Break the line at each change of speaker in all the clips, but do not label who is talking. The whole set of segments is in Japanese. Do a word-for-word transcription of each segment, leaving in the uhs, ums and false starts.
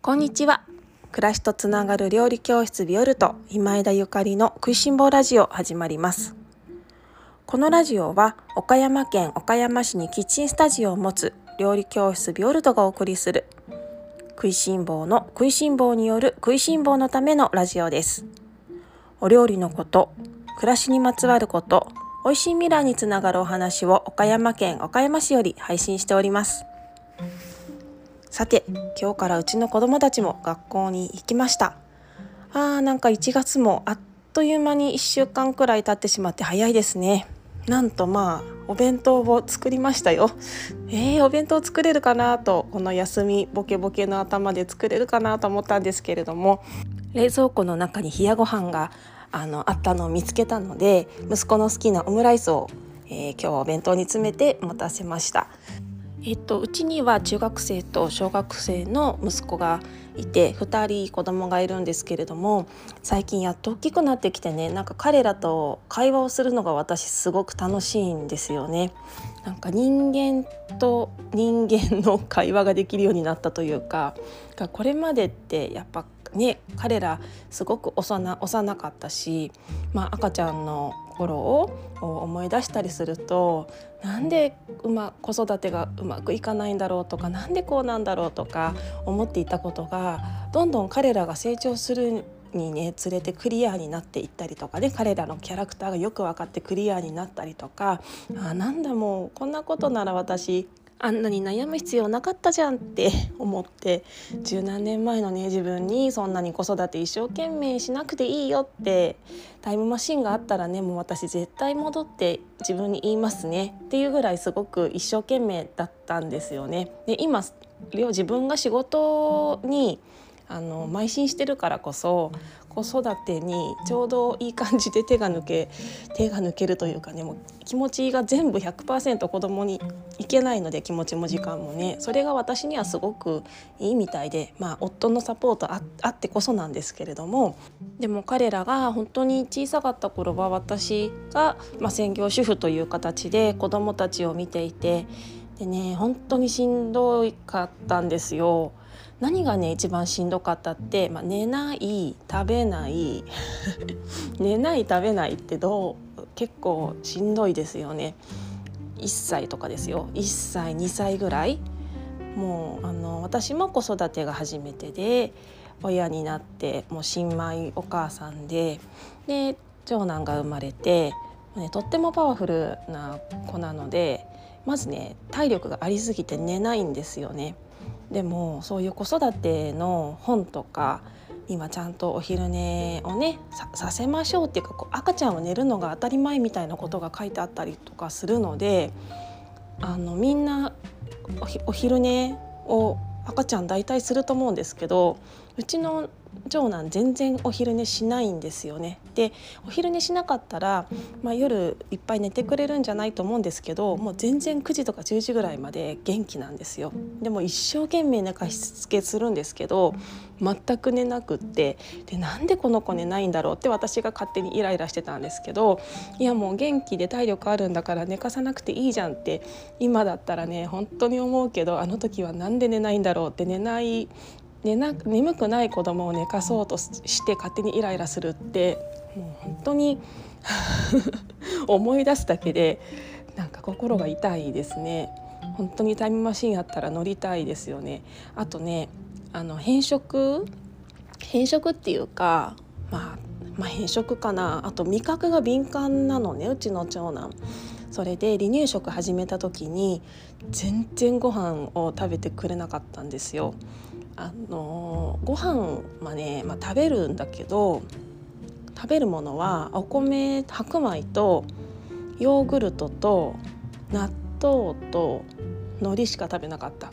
こんにちは。暮らしとつながる料理教室ビオルト今枝ゆかりの食いしん坊ラジオ始まります。このラジオは岡山県岡山市にキッチンスタジオを持つ料理教室ビオルトがお送りする食いしん坊の食いしん坊による食いしん坊のためのラジオです。お料理のこと、暮らしにまつわること、美味しい未来につながるお話を岡山県岡山市より配信しております。さて、今日からうちの子供たちも学校に行きました。あーなんかいちがつもあっという間にいっしゅうかんくらい経ってしまって早いですね。なんとまあお弁当を作りましたよ。えー、お弁当作れるかなと、この休みボケボケの頭で作れるかなと思ったんですけれども、冷蔵庫の中に冷やご飯があのあったのを見つけたので、息子の好きなオムライスを、えー、今日はお弁当に詰めて持たせました。えっと、うちには中学生と小学生の息子がいてふたり子供がいるんですけれども、最近やっと大きくなってきてね、なんか彼らと会話をするのが私すごく楽しいんですよね。なんか人間と人間の会話ができるようになったというか、これまでってやっぱね、彼らすごく幼、幼かったし、まあ、赤ちゃんの頃を思い出したりすると、なんでうま子育てがうまくいかないんだろうとか、なんでこうなんだろうとか思っていたことが、どんどん彼らが成長するにねつれてクリアになっていったりとかね、彼らのキャラクターがよく分かってクリアになったりとか、あ、なんだもうこんなことなら私あんなに悩む必要なかったじゃんって思って、十何年前のね自分にそんなに子育て一生懸命しなくていいよってタイムマシンがあったらね、もう私絶対戻って自分に言いますねっていうぐらいすごく一生懸命だったんですよね。で今自分が仕事にあの邁進してるからこそ、子育てにちょうどいい感じで手が抜け手が抜けるというかね、もう気持ちが全部 ひゃくパーセント 子供にいけないので、気持ちも時間もね、それが私にはすごくいいみたいで、まあ夫のサポート あ, あってこそなんですけれども、でも彼らが本当に小さかった頃は私が、まあ、専業主婦という形で子供たちを見ていて、でね本当にしんどかったんですよ。何がね一番しんどかったって、まあ、寝ない食べない寝ない食べないってどう結構しんどいですよね。いっさいとかですよ。いっさいにさいぐらい、もうあの私も子育てが初めてで、親になってもう新米お母さんで、で長男が生まれて、ね、とってもパワフルな子なので、まずね体力がありすぎて寝ないんですよね。でもそういう子育ての本とか今ちゃんとお昼寝をね さ, させましょうっていうか、こう赤ちゃんは寝るのが当たり前みたいなことが書いてあったりとかするので、あのみんな お, お昼寝を赤ちゃん大体すると思うんですけど、うちの長男全然お昼寝しないんですよね。でお昼寝しなかったら、まあ、夜いっぱい寝てくれるんじゃないと思うんですけど、もう全然くじとかじゅうじぐらいまで元気なんですよ。でも一生懸命寝かしつけするんですけど全く寝なくって、でなんでこの子寝ないんだろうって私が勝手にイライラしてたんですけど、いやもう元気で体力あるんだから寝かさなくていいじゃんって今だったらね本当に思うけど、あの時はなんで寝ないんだろうって、寝ない寝な眠くない子供を寝かそうとして勝手にイライラするって、もう本当に思い出すだけでなんか心が痛いですね。本当にタイムマシンあったら乗りたいですよね。あとね、あの偏食偏食っていうか、まあ、まあ偏食かな。あと味覚が敏感なのね、うちの長男。それで離乳食始めた時に全然ご飯を食べてくれなかったんですよ。あのご飯はね、まあ、食べるんだけど、食べるものはお米、白米とヨーグルトと納豆と海苔しか食べなかった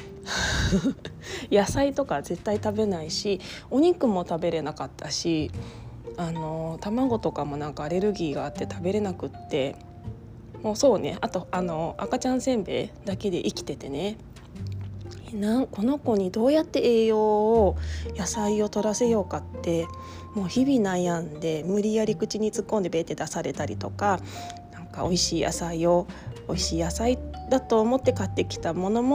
野菜とか絶対食べないし、お肉も食べれなかったし、あの卵とかもなんかアレルギーがあって食べれなくって、もうそうね、あとあの赤ちゃんせんべいだけで生きててね、なこの子にどうやって栄養を野菜を取らせようかってもう日々悩んで、無理やり口に突っ込んでベーって出されたりとか、なんか美味しい野菜を美味しい野菜だと思って買ってきたものも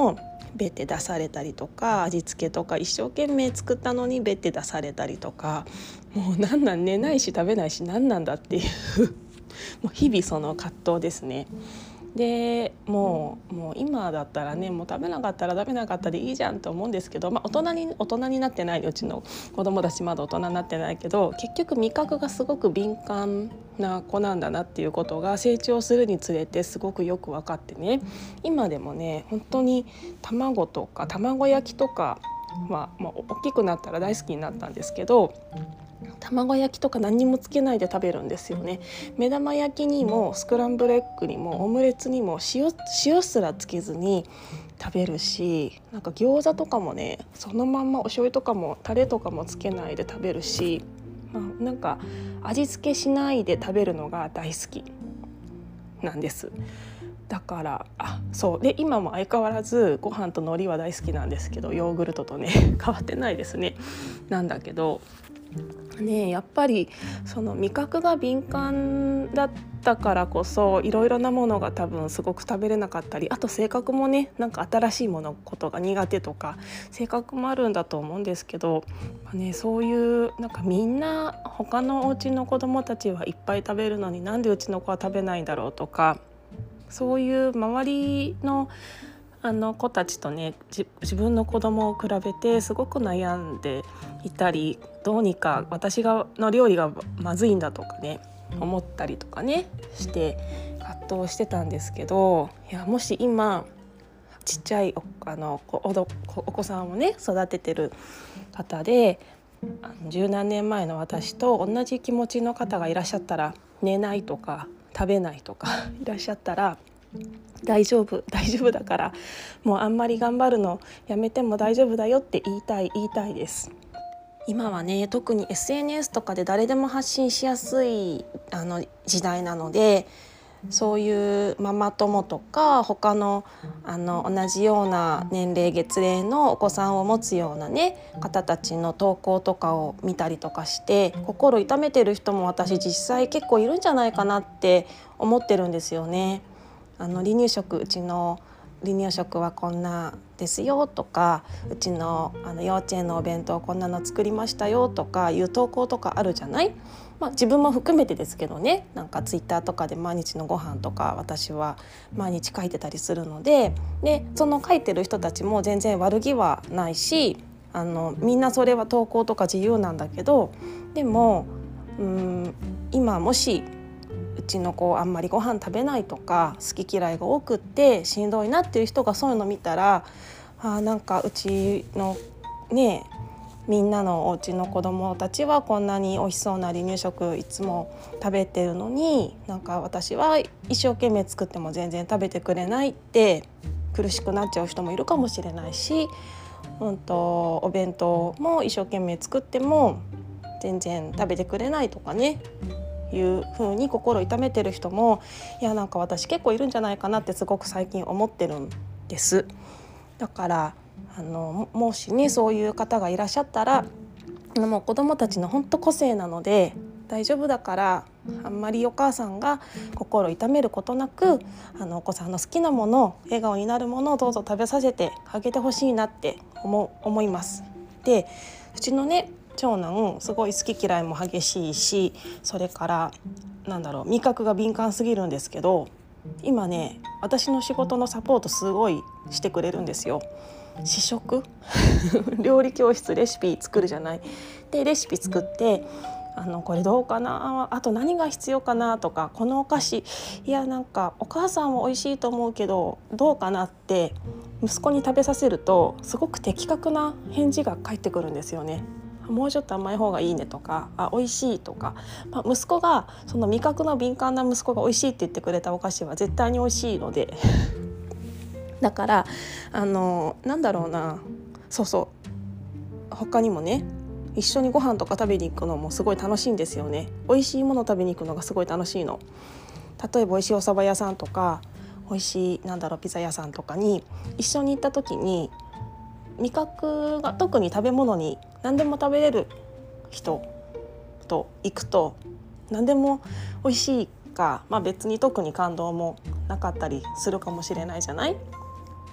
別手出されたりとか、味付けとか一生懸命作ったのに別手出されたりとか、もうなんなん寝ないし食べないし何なんだっていうもう日々その葛藤ですね。でもう、もう今だったらね、もう食べなかったら食べなかったでいいじゃんと思うんですけど、まあ、大人に大人になってない、うちの子供たちまだ大人になってないけど、結局味覚がすごく敏感な子なんだなっていうことが成長するにつれてすごくよく分かってね、今でもね本当に卵とか卵焼きとかは、まあ、大きくなったら大好きになったんですけど、卵焼きとか何にもつけないで食べるんですよね。目玉焼きにもスクランブルエッグにもオムレツにも 塩, 塩すらつけずに食べるし、なんか餃子とかもねそのまんまお醤油とかもタレとかもつけないで食べるし、まあ、なんか味付けしないで食べるのが大好きなんです。だからあそうで今も相変わらずご飯と海苔は大好きなんですけど、ヨーグルトとね変わってないですね。なんだけどね、やっぱりその味覚が敏感だったからこそいろいろなものが多分すごく食べれなかったり、あと性格もね、なんか新しいものことが苦手とか性格もあるんだと思うんですけど、まあね、そういうなんかみんな他のお家の子供たちはいっぱい食べるのになんでうちの子は食べないんだろうとか、そういう周りのあの子たちとね、自分の子供を比べてすごく悩んでいたり、どうにか私がの料理がまずいんだとかね思ったりとかねして葛藤してたんですけど、いやもし今ちっちゃい お, あの お, お, お子さんをね育ててる方で、あの十何年前の私と同じ気持ちの方がいらっしゃったら、寝ないとか食べないとかいらっしゃったら、大丈夫大丈夫だから、もうあんまり頑張るのやめても大丈夫だよって言いたい言いたいです。今はね特に エスエヌエス とかで誰でも発信しやすいあの時代なので、そういうママ友とか他の、あの同じような年齢月齢のお子さんを持つようなね方たちの投稿とかを見たりとかして心痛めてる人も私実際結構いるんじゃないかなって思ってるんですよね。あの離乳食、うちの離乳食はこんなですよとか、うち の, あの幼稚園のお弁当こんなの作りましたよとかいう投稿とかあるじゃない。まあ、自分も含めてですけどね、なんかツイッターとかで毎日のご飯とか私は毎日書いてたりするので、でその書いてる人たちも全然悪気はないし、あのみんなそれは投稿とか自由なんだけど、でもうーん今もしうちの子あんまりご飯食べないとか好き嫌いが多くってしんどいなっていう人がそういうの見たら、あなんかうちのねみんなのお家の子供たちはこんなに美味しそうな離乳食いつも食べてるのに、なんか私は一生懸命作っても全然食べてくれないって苦しくなっちゃう人もいるかもしれないし、うんとお弁当も一生懸命作っても全然食べてくれないとかねいう風に心痛めてる人も、いやなんか私結構いるんじゃないかなってすごく最近思ってるんです。だからあのもしねそういう方がいらっしゃったら、もう子どもたちの本当個性なので大丈夫だから、あんまりお母さんが心痛めることなく、あのお子さんの好きなもの、笑顔になるものをどうぞ食べさせてあげてほしいなって思う思います。でうちのね長男すごい好き嫌いも激しいし、それからなんだろう味覚が敏感すぎるんですけど、今ね私の仕事のサポートすごいしてくれるんですよ。試食料理教室レシピ作るじゃない。でレシピ作ってあのこれどうかな、あと何が必要かなとか、このお菓子いやなんかお母さんは美味しいと思うけどどうかなって息子に食べさせると、すごく的確な返事が返ってくるんですよね。もうちょっと甘い方がいいねとか、あ美味しいとか、まあ、息子がその味覚の敏感な息子が美味しいって言ってくれたお菓子は絶対に美味しいのでだからあのなんだろうな、そうそう他にもね一緒にご飯とか食べに行くのもすごい楽しいんですよね。美味しいもの食べに行くのがすごい楽しいの。例えば美味しいお蕎麦屋さんとか美味しいなんだろうピザ屋さんとかに一緒に行った時に、味覚が特に食べ物に何でも食べれる人と行くと何でも美味しいか、まあ、別に特に感動もなかったりするかもしれないじゃない。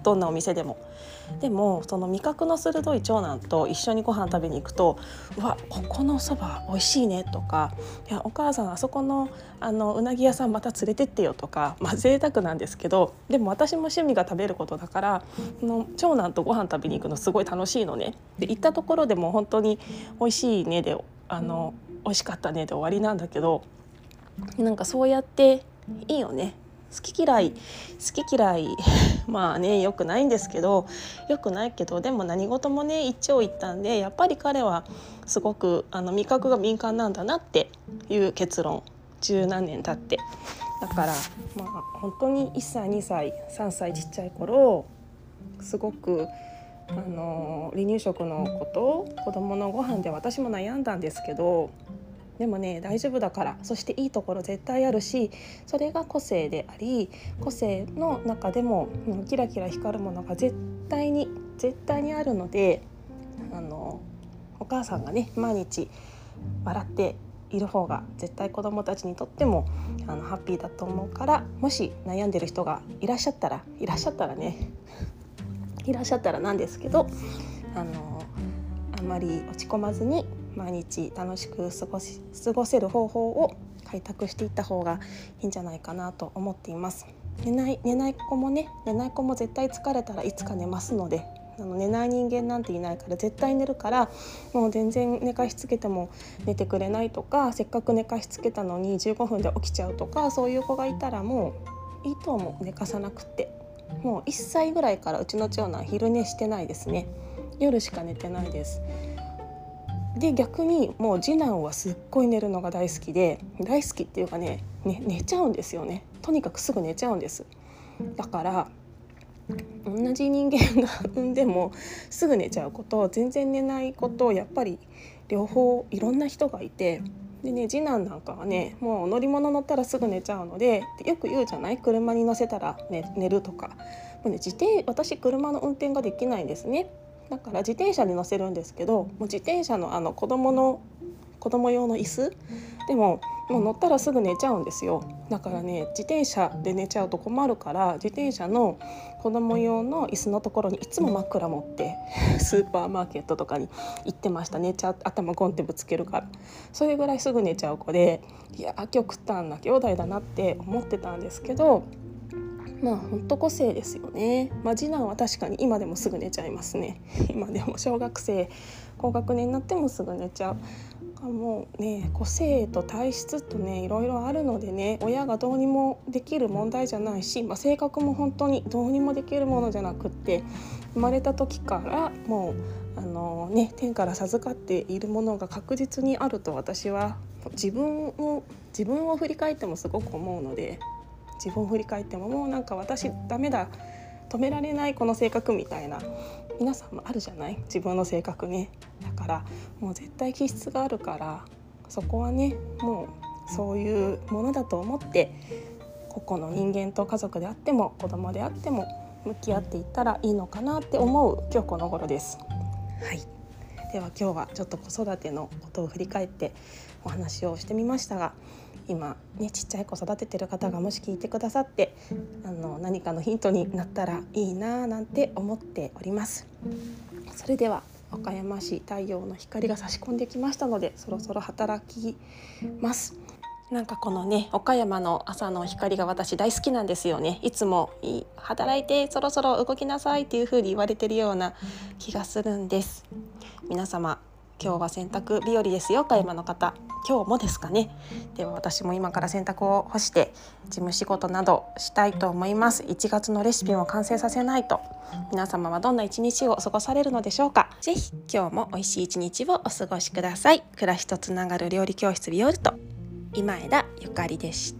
どんなお店でも。でもその味覚の鋭い長男と一緒にご飯食べに行くと、うわここのそば美味しいねとか、いやお母さんあそこのあのうなぎ屋さんまた連れてってよとか、まあ贅沢なんですけど、でも私も趣味が食べることだから、その長男とご飯食べに行くのすごい楽しいのね。で行ったところでも本当に美味しいねであの美味しかったねで終わりなんだけど、なんかそうやっていいよね。好き嫌い好き嫌いまあねよくないんですけどよくないけどでも何事もね一長一短で、やっぱり彼はすごくあの味覚が敏感なんだなっていう結論、十何年経って。だからまあ本当にいっさいにさいさんさいちっちゃい頃すごくあの離乳食のこと子供のご飯で私も悩んだんですけど、でもね大丈夫だから、そしていいところ絶対あるし、それが個性であり、個性の中でもキラキラ光るものが絶対に絶対にあるので、あのお母さんがね毎日笑っている方が絶対子どもたちにとってもあのハッピーだと思うから、もし悩んでる人がいらっしゃったらいらっしゃったらねいらっしゃったらなんですけど、あのあんまり落ち込まずに毎日楽しく過ごし、過ごせる方法を開拓していった方がいいんじゃないかなと思っています。寝ない、寝ない子もね寝ない子も絶対疲れたらいつか寝ますので、あの寝ない人間なんていないから絶対寝るから、もう全然寝かしつけても寝てくれないとか、せっかく寝かしつけたのにじゅうごふんで起きちゃうとか、そういう子がいたらもういいと思う。寝かさなくてもういっさいぐらいからうちの長男昼寝してないですね。夜しか寝てないです。で逆にもう次男はすっごい寝るのが大好きで、大好きっていうかね、ね寝ちゃうんですよね。とにかくすぐ寝ちゃうんです。だから同じ人間が産んでもすぐ寝ちゃう子と全然寝ない子と、やっぱり両方いろんな人がいて、でね次男なんかはねもう乗り物乗ったらすぐ寝ちゃうので、よく言うじゃない、車に乗せたら 寝, 寝るとか。もう、ね、自転私車の運転ができないんですね。だから自転車に乗せるんですけど、もう自転車のあの子供の子供用の椅子でももう乗ったらすぐ寝ちゃうんですよ。だからね自転車で寝ちゃうと困るから、自転車の子供用の椅子のところにいつも枕持ってスーパーマーケットとかに行ってました。寝ちゃう、頭ゴンってぶつけるから。それぐらいすぐ寝ちゃう子で、いや極端な兄弟だなって思ってたんですけど、まあ本当個性ですよね。まあ、次男は確かに今でもすぐ寝ちゃいますね。今でも小学生高学年になってもすぐ寝ちゃう。もうね個性と体質とねいろいろあるのでね、親がどうにもできる問題じゃないし、まあ、性格も本当にどうにもできるものじゃなくって、生まれた時からもうあの、ね、天から授かっているものが確実にあると私は自分を自分を振り返ってもすごく思うので、自分を振り返ってももうなんか私ダメだ、止められないこの性格みたいな、皆さんもあるじゃない、自分の性格ね。だからもう絶対気質があるから、そこはねもうそういうものだと思って、個々の人間と家族であっても子供であっても向き合っていったらいいのかなって思う今日この頃です。はい、では今日はちょっと子育てのことを振り返ってお話をしてみましたが、今ねちっちゃい子育ててる方がもし聞いてくださって、あの何かのヒントになったらいいななんて思っております。それでは岡山市、太陽の光が差し込んできましたので、そろそろ働きます。なんかこのね岡山の朝の光が私大好きなんですよね。いつもいい働いてそろそろ動きなさいっていう風に言われてるような気がするんです。皆様今日は洗濯日和ですよ。岡山の方今日もですかね。では私も今から洗濯を干して事務仕事などしたいと思います。いちがつのレシピも完成させないと。皆様はどんな一日を過ごされるのでしょうか。ぜひ今日も美味しい一日をお過ごしください。暮らしとつながる料理教室ビオルト、今枝ゆかりでした。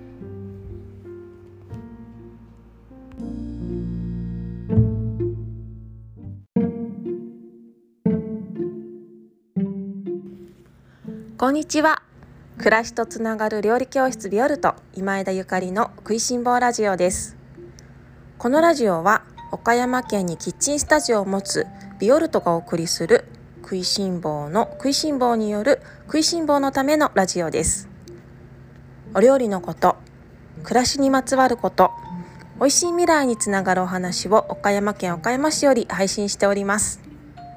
こんにちは。暮らしとつながる料理教室ビオルト、今枝ゆかりの食いしん坊ラジオです。このラジオは岡山県にキッチンスタジオを持つビオルトがお送りする食いしん坊の食いしん坊による食いしん坊のためのラジオです。お料理のこと、暮らしにまつわること、 美味しい未来につながるお話を岡山県岡山市より配信しております。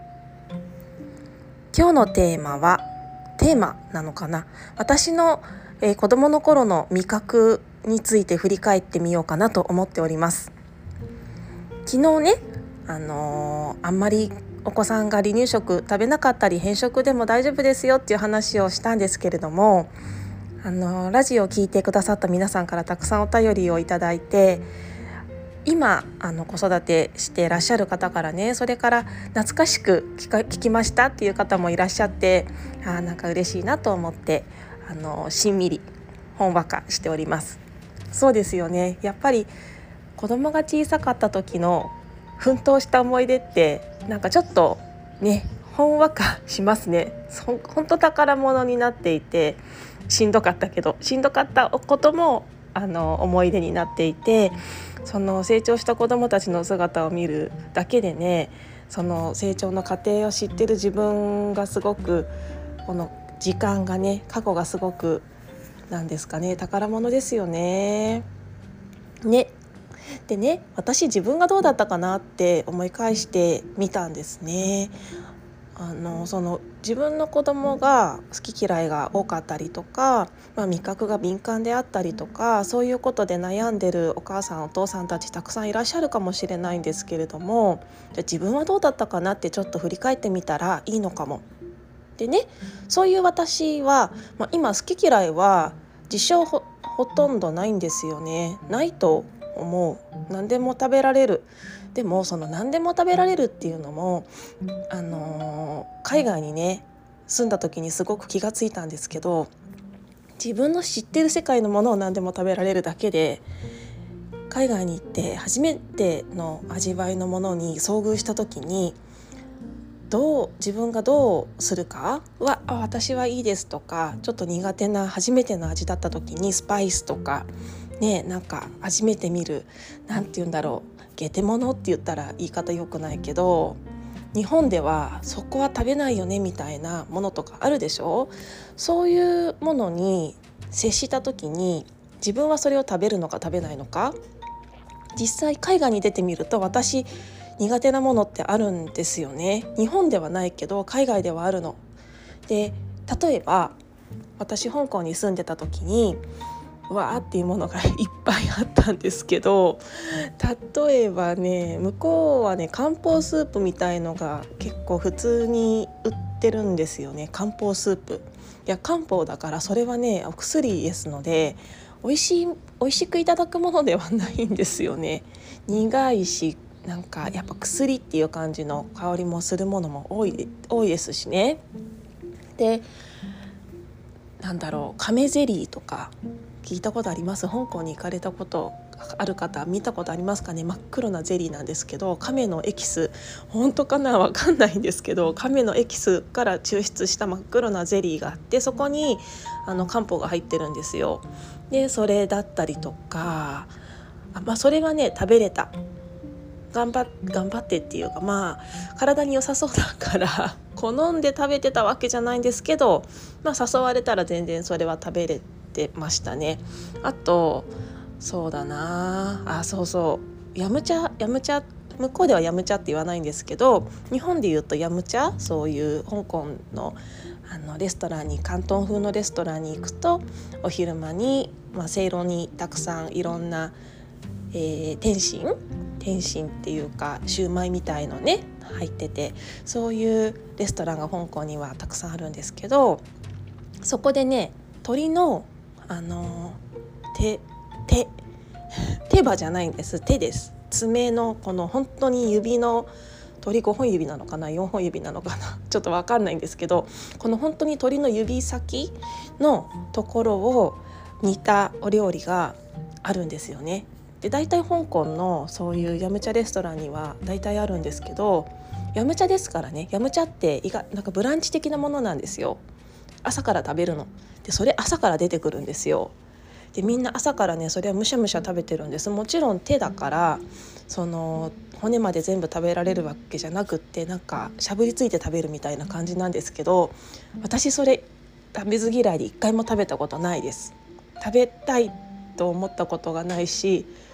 今日のテーマはテーマなのかな私の、えー、子供の頃の味覚について振り返ってみようかなと思っております。昨日ね、あのー、あんまりお子さんが離乳食食べなかったり偏食でも大丈夫ですよっていう話をしたんですけれども、あのー、ラジオを聞いてくださった皆さんからたくさんお便りをいただいて、今あの子育てしていらっしゃる方からね、それから懐かしく聞か聞きましたっていう方もいらっしゃって、あーなんか嬉しいなと思って、あのしんみりほんわかしております。そうですよね。やっぱり子供が小さかった時の奮闘した思い出ってなんかちょっとねほんわかしますね。ほんと宝物になっていて、しんどかったけどしんどかったこともあの思い出になっていて、その成長した子どもたちの姿を見るだけでね、その成長の過程を知ってる自分がすごく、この時間がね過去がすごくなんですかね宝物ですよね。ねでね私自分がどうだったかなって思い返してみたんですね。あのその自分の子供が好き嫌いが多かったりとか、まあ、味覚が敏感であったりとか、そういうことで悩んでるお母さんお父さんたちたくさんいらっしゃるかもしれないんですけれども、じゃあ自分はどうだったかなってちょっと振り返ってみたらいいのかも。でね、そういう私は、まあ、今好き嫌いは自称 ほ, ほとんどないんですよね。ないと思う。何でも食べられる。でもその何でも食べられるっていうのも、あのー、海外にね住んだ時にすごく気がついたんですけど、自分の知ってる世界のものを何でも食べられるだけで、海外に行って初めての味わいのものに遭遇した時に、どう自分がどうするかはあ私はいいですとか、ちょっと苦手な初めての味だった時にスパイスとかね、なんか初めて見るなんて言うんだろう、ゲテモノって言ったら言い方良くないけど、日本ではそこは食べないよねみたいなものとかあるでしょ。そういうものに接した時に自分はそれを食べるのか食べないのか、実際海外に出てみると私苦手なものってあるんですよね。日本ではないけど海外ではあるので、例えば私香港に住んでた時にわーっていうものがいっぱいあったんですけど、例えばね向こうはね漢方スープみたいのが結構普通に売ってるんですよね。漢方スープ、いや漢方だからそれはねお薬ですので美味しい美味しくいただくものではないんですよね。苦いし、なんかやっぱ薬っていう感じの香りもするものも多い、多いですしね。でなんだろう、亀ゼリーとか聞いたことあります？香港に行かれたことある方見たことありますかね。真っ黒なゼリーなんですけど、亀のエキス、本当かなわかんないんですけど、亀のエキスから抽出した真っ黒なゼリーがあって、そこにあの漢方が入ってるんですよ。でそれだったりとか、あ、まあ、それはね食べれた、頑張っ、頑張ってっていうか、まあ体に良さそうだから好んで食べてたわけじゃないんですけど、まあ、誘われたら全然それは食べれてましたね。あとそうだなあ、そうそうヤムチャ、ヤムチャ向こうではヤムチャって言わないんですけど、日本で言うとヤムチャ、そういう香港のあのレストランに、広東風のレストランに行くとお昼間に、まあ、せいろにたくさんいろんな、えー、点心点心っていうかシューマイみたいのね入ってて、そういうレストランが香港にはたくさんあるんですけど、そこでね鶏のあの手手手羽じゃないんです、手です。爪のこの本当に指の鳥ごほん指なのかなよんほん指なのかなちょっと分かんないんですけど、この本当に鳥の指先のところを煮たお料理があるんですよね。で大体香港のそういうヤムチャレストランには大体あるんですけど、ヤムチャですからね、ヤムチャって意外なんかブランチ的なものなんですよ。朝から食べるので、それ朝から出てくるんですよ。でみんな朝からねそれはむしゃむしゃ食べてるんです。もちろん手だからその骨まで全部食べられるわけじゃなくって、なんかしゃぶりついて食べるみたいな感じなんですけど、私それ食べず嫌いで一回も食べたことないです。食べたいと思ったことがないし、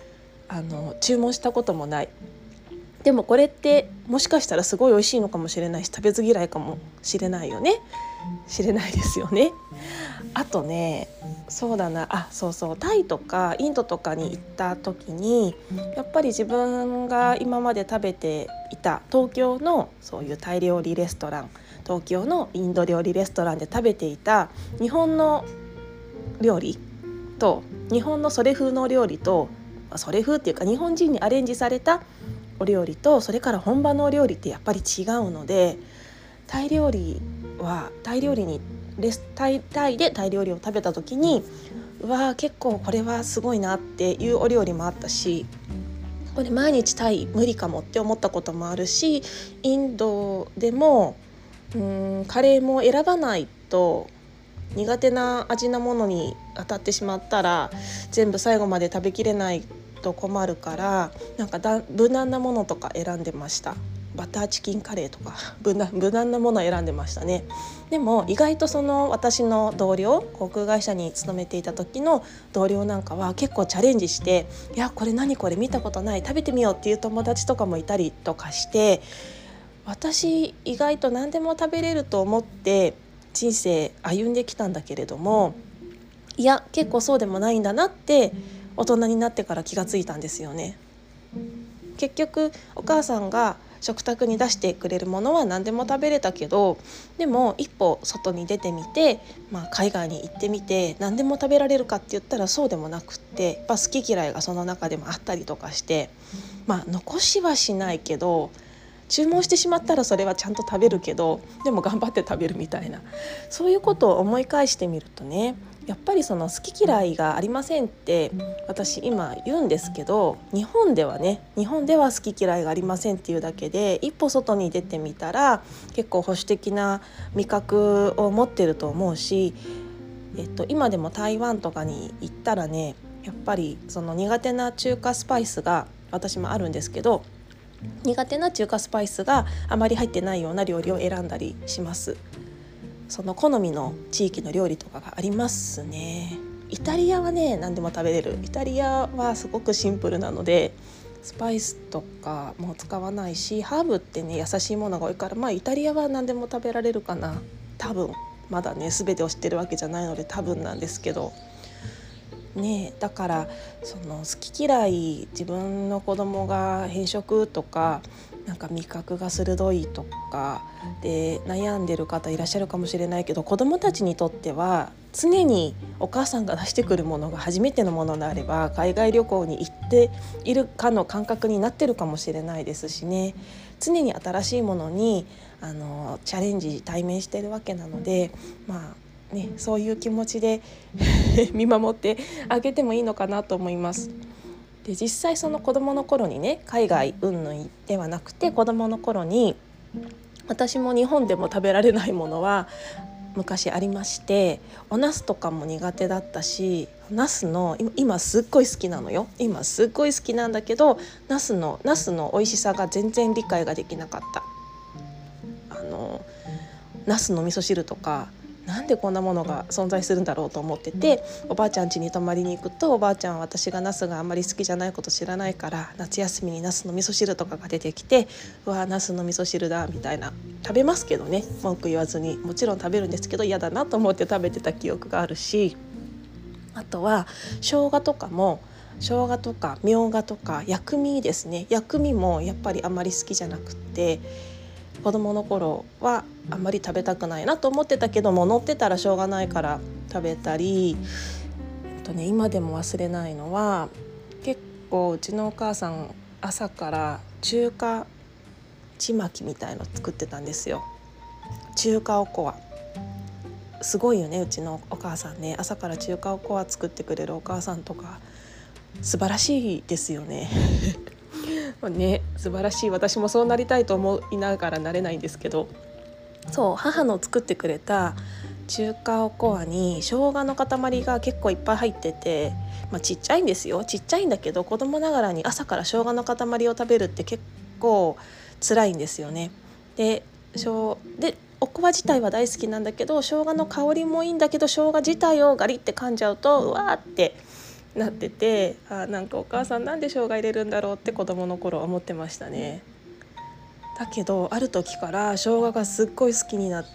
あの注文したこともない。でもこれってもしかしたらすごい美味しいのかもしれないし、食べず嫌いかもしれないよね知れないですよね。あとね、そうだなあそうそうタイとかインドとかに行った時に、やっぱり自分が今まで食べていた東京のそういうタイ料理レストラン、東京のインド料理レストランで食べていた日本の料理と、日本のそれ風の料理と、それ風っていうか日本人にアレンジされたお料理と、それから本場のお料理ってやっぱり違うので、タイ料理はタイ料理にレスタイ、タイでタイ料理を食べた時に、うわー結構これはすごいなっていうお料理もあったし、これ毎日タイ無理かもって思ったこともあるし、インドでもうーんカレーも選ばないと苦手な味なものに当たってしまったら全部最後まで食べきれないと困るから、なんかだ無難なものとか選んでました。バターチキンカレーとか無難、無難なものを選んでましたね。でも意外とその私の同僚、航空会社に勤めていた時の同僚なんかは結構チャレンジして、いやこれ何これ見たことない、食べてみようっていう友達とかもいたりとかして、私意外と何でも食べれると思って人生歩んできたんだけれども、いや結構そうでもないんだなって大人になってから気がついたんですよね。結局お母さんが食卓に出してくれるものは何でも食べれたけど、でも一歩外に出てみて、まあ、海外に行ってみて何でも食べられるかって言ったらそうでもなくって、やっぱ好き嫌いがその中でもあったりとかして、まあ残しはしないけど注文してしまったらそれはちゃんと食べるけど、でも頑張って食べるみたいな、そういうことを思い返してみるとね、やっぱりその好き嫌いがありませんって私今言うんですけど、日本ではね、日本では好き嫌いがありませんっていうだけで、一歩外に出てみたら結構保守的な味覚を持ってると思うし、えっと、今でも台湾とかに行ったらね、やっぱりその苦手な中華スパイスが私もあるんですけど、苦手な中華スパイスがあまり入ってないような料理を選んだりします。その好みの地域の料理とかがありますね。イタリアはね何でも食べれる。イタリアはすごくシンプルなのでスパイスとかも使わないし、ハーブってね優しいものが多いから、まあイタリアは何でも食べられるかな、多分。まだね全てを知ってるわけじゃないので多分なんですけどね。だからその好き嫌い、自分の子供が偏食とかなんか味覚が鋭いとかで悩んでる方いらっしゃるかもしれないけど、子供たちにとっては常にお母さんが出してくるものが初めてのものであれば、海外旅行に行っているかの感覚になってるかもしれないですしね。常に新しいものにあのチャレンジ対面してるわけなので、まあね、そういう気持ちで見守ってあげてもいいのかなと思います。で実際その子どもの頃にね、海外云々ではなくて子どもの頃に私も日本でも食べられないものは昔ありまして、お茄子とかも苦手だったし、茄子の今すっごい好きなのよ。今すっごい好きなんだけど、茄子の茄子の美味しさが全然理解ができなかった。あの茄子の味噌汁とかなんでこんなものが存在するんだろうと思ってて、おばあちゃん家に泊まりに行くと、おばあちゃんは私がナスがあんまり好きじゃないこと知らないから、夏休みにナスの味噌汁とかが出てきて、うわナスの味噌汁だみたいな、食べますけどね、文句言わずにもちろん食べるんですけど嫌だなと思って食べてた記憶があるし、あとは生姜とかも生姜とかみょうがとか薬味ですね、薬味もやっぱりあんまり好きじゃなくって、子供の頃はあんまり食べたくないなと思ってたけども、乗ってたらしょうがないから食べたり、あとね、今でも忘れないのは、結構うちのお母さん朝から中華ちまきみたいの作ってたんですよ。中華おこわすごいよね、うちのお母さんね。朝から中華おこわ作ってくれるお母さんとか素晴らしいですよねね、素晴らしい。私もそうなりたいと思いながらなれないんですけど、そう母の作ってくれた中華おこわに生姜の塊が結構いっぱい入ってて、まあ、ちっちゃいんですよ。ちっちゃいんだけど子供ながらに朝から生姜の塊を食べるって結構辛いんですよね。でしょうでおこわ自体は大好きなんだけど、生姜の香りもいいんだけど生姜自体をガリって噛んじゃうとうわーってなってて、あなんかお母さんなんで生姜入れるんだろうって子供の頃思ってましたね。だけどある時から生姜がすっごい好きになって、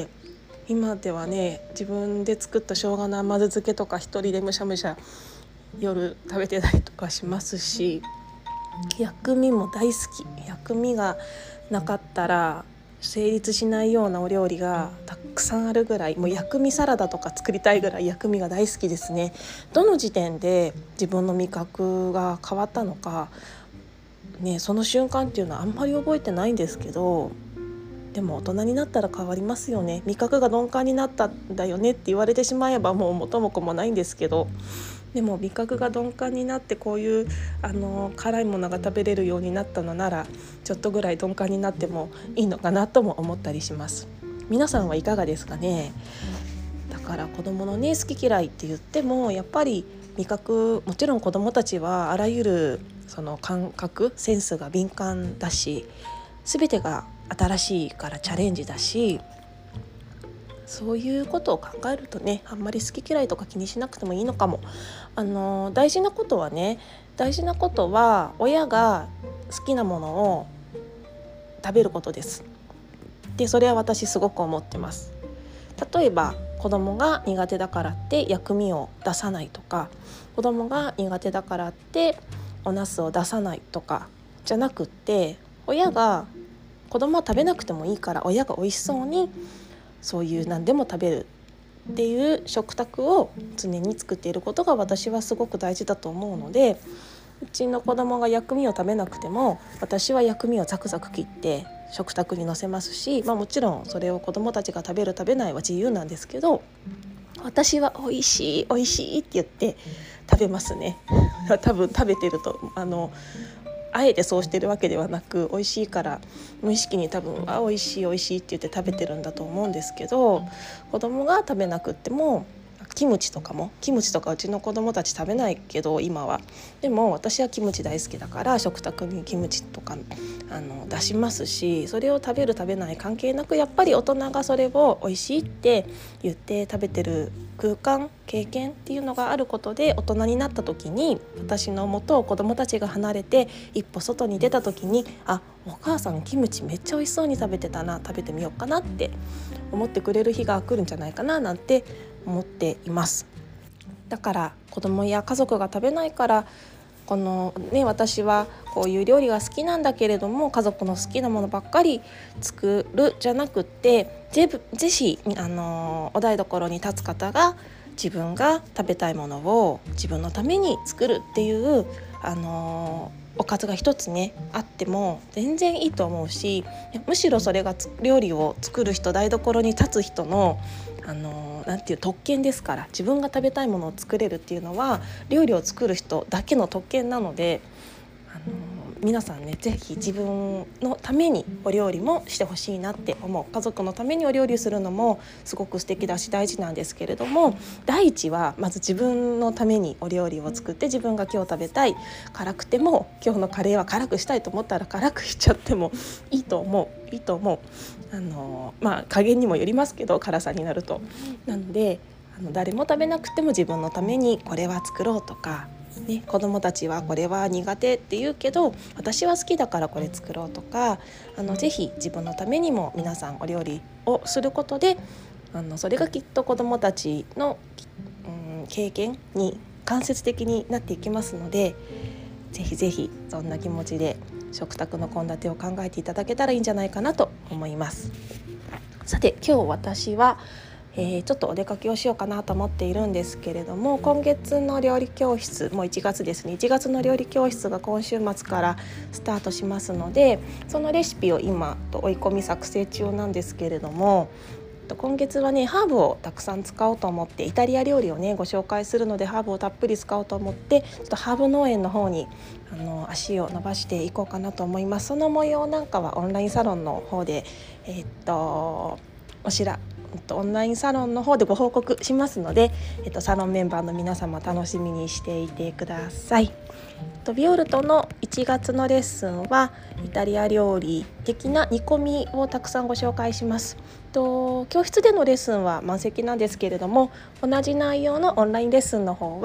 今ではね自分で作った生姜の甘酢漬けとか一人でむしゃむしゃ夜食べてたりとかしますし、薬味も大好き。薬味がなかったら成立しないようなお料理がたくさんあるぐらい、もう薬味サラダとか作りたいぐらい薬味が大好きですね。どの時点で自分の味覚が変わったのかね、その瞬間っていうのはあんまり覚えてないんですけど、でも大人になったら変わりますよね。味覚が鈍感になったんだよねって言われてしまえばもう元も子もないんですけど、でも味覚が鈍感になってこういうあの辛いものが食べれるようになったのなら、ちょっとぐらい鈍感になってもいいのかなとも思ったりします。皆さんはいかがですかね。だから子供のね好き嫌いって言ってもやっぱり味覚、もちろん子供たちはあらゆるその感覚センスが敏感だし、全てが新しいからチャレンジだし、そういうことを考えるとね、あんまり好き嫌いとか気にしなくてもいいのかも。あの大事なことはね大事なことは親が好きなものを食べることです。でそれは私すごく思ってます。例えば子供が苦手だからって薬味を出さないとか、子供が苦手だからってお茄子を出さないとかじゃなくって、親が子供は食べなくてもいいから親が美味しそうにそういう何でも食べるっていう食卓を常に作っていることが私はすごく大事だと思うので、うちの子供が薬味を食べなくても私は薬味をザクザク切って食卓に乗せますし、まあ、もちろんそれを子供たちが食べる食べないは自由なんですけど、私は美味しい美味しいって言って食べますね。多分食べてるとあのあえてそうしてるわけではなく、美味しいから無意識に多分あ美味しい美味しいって言って食べてるんだと思うんですけど、子供が食べなくってもキムチとかもキムチとかうちの子供たち食べないけど今は、でも私はキムチ大好きだから食卓にキムチとかあの出しますし、それを食べる食べない関係なくやっぱり大人がそれを美味しいって言って食べてる空間経験っていうのがあることで、大人になった時に私の元を子供たちが離れて一歩外に出た時に、あお母さんキムチめっちゃ美味しそうに食べてたな、食べてみようかなって思ってくれる日が来るんじゃないかななんて思っています。だから子供や家族が食べないからこのね私はこういう料理が好きなんだけれども家族の好きなものばっかり作るじゃなくってぜぜひあのお台所に立つ方が自分が食べたいものを自分のために作るっていうあのおかずが一つねあっても全然いいと思うし、むしろそれが料理を作る人台所に立つ人のあのなんていう特権ですから、自分が食べたいものを作れるっていうのは料理を作る人だけの特権なので、あの皆さんねぜひ自分のためにお料理もしてほしいなって思う。家族のためにお料理するのもすごく素敵だし大事なんですけれども、第一はまず自分のためにお料理を作って、自分が今日食べたい辛くても今日のカレーは辛くしたいと思ったら辛くしちゃってもいいと思ういいと思うあのまあ加減にもよりますけど、辛さになると。なのであの誰も食べなくても自分のためにこれは作ろうとかね、子供たちはこれは苦手って言うけど私は好きだからこれ作ろうとか、あのぜひ自分のためにも皆さんお料理をすることで、あのそれがきっと子供たちの、うん、経験に間接的になっていきますので、ぜひぜひそんな気持ちで食卓の献立を考えていただけたらいいんじゃないかなと思います。さて今日私はえー、ちょっとお出かけをしようかなと思っているんですけれども、今月の料理教室もういちがつですねいちがつの料理教室が今週末からスタートしますので、そのレシピを今追い込み作成中なんですけれども、今月はねハーブをたくさん使おうと思って、イタリア料理をねご紹介するのでハーブをたっぷり使おうと思ってちょっとハーブ農園の方にあの足を伸ばしていこうかなと思います。その模様なんかはオンラインサロンの方でえー、っとおしらオンラインサロンの方でご報告しますので、えっと、サロンメンバーの皆様楽しみにしていてください。ビオルトのいちがつのレッスンはイタリア料理的な煮込みをたくさんご紹介します。と教室でのレッスンは満席なんですけれども、同じ内容のオンラインレッスンの方は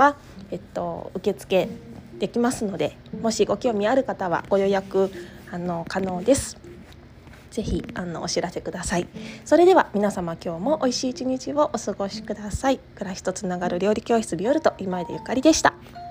えっと、受付できますので、もしご興味ある方はご予約あの可能です。ぜひあのお知らせください。それでは皆様、今日も美味しい一日をお過ごしください。暮らしとつながる料理教室ビオルト今井田ゆかりでした。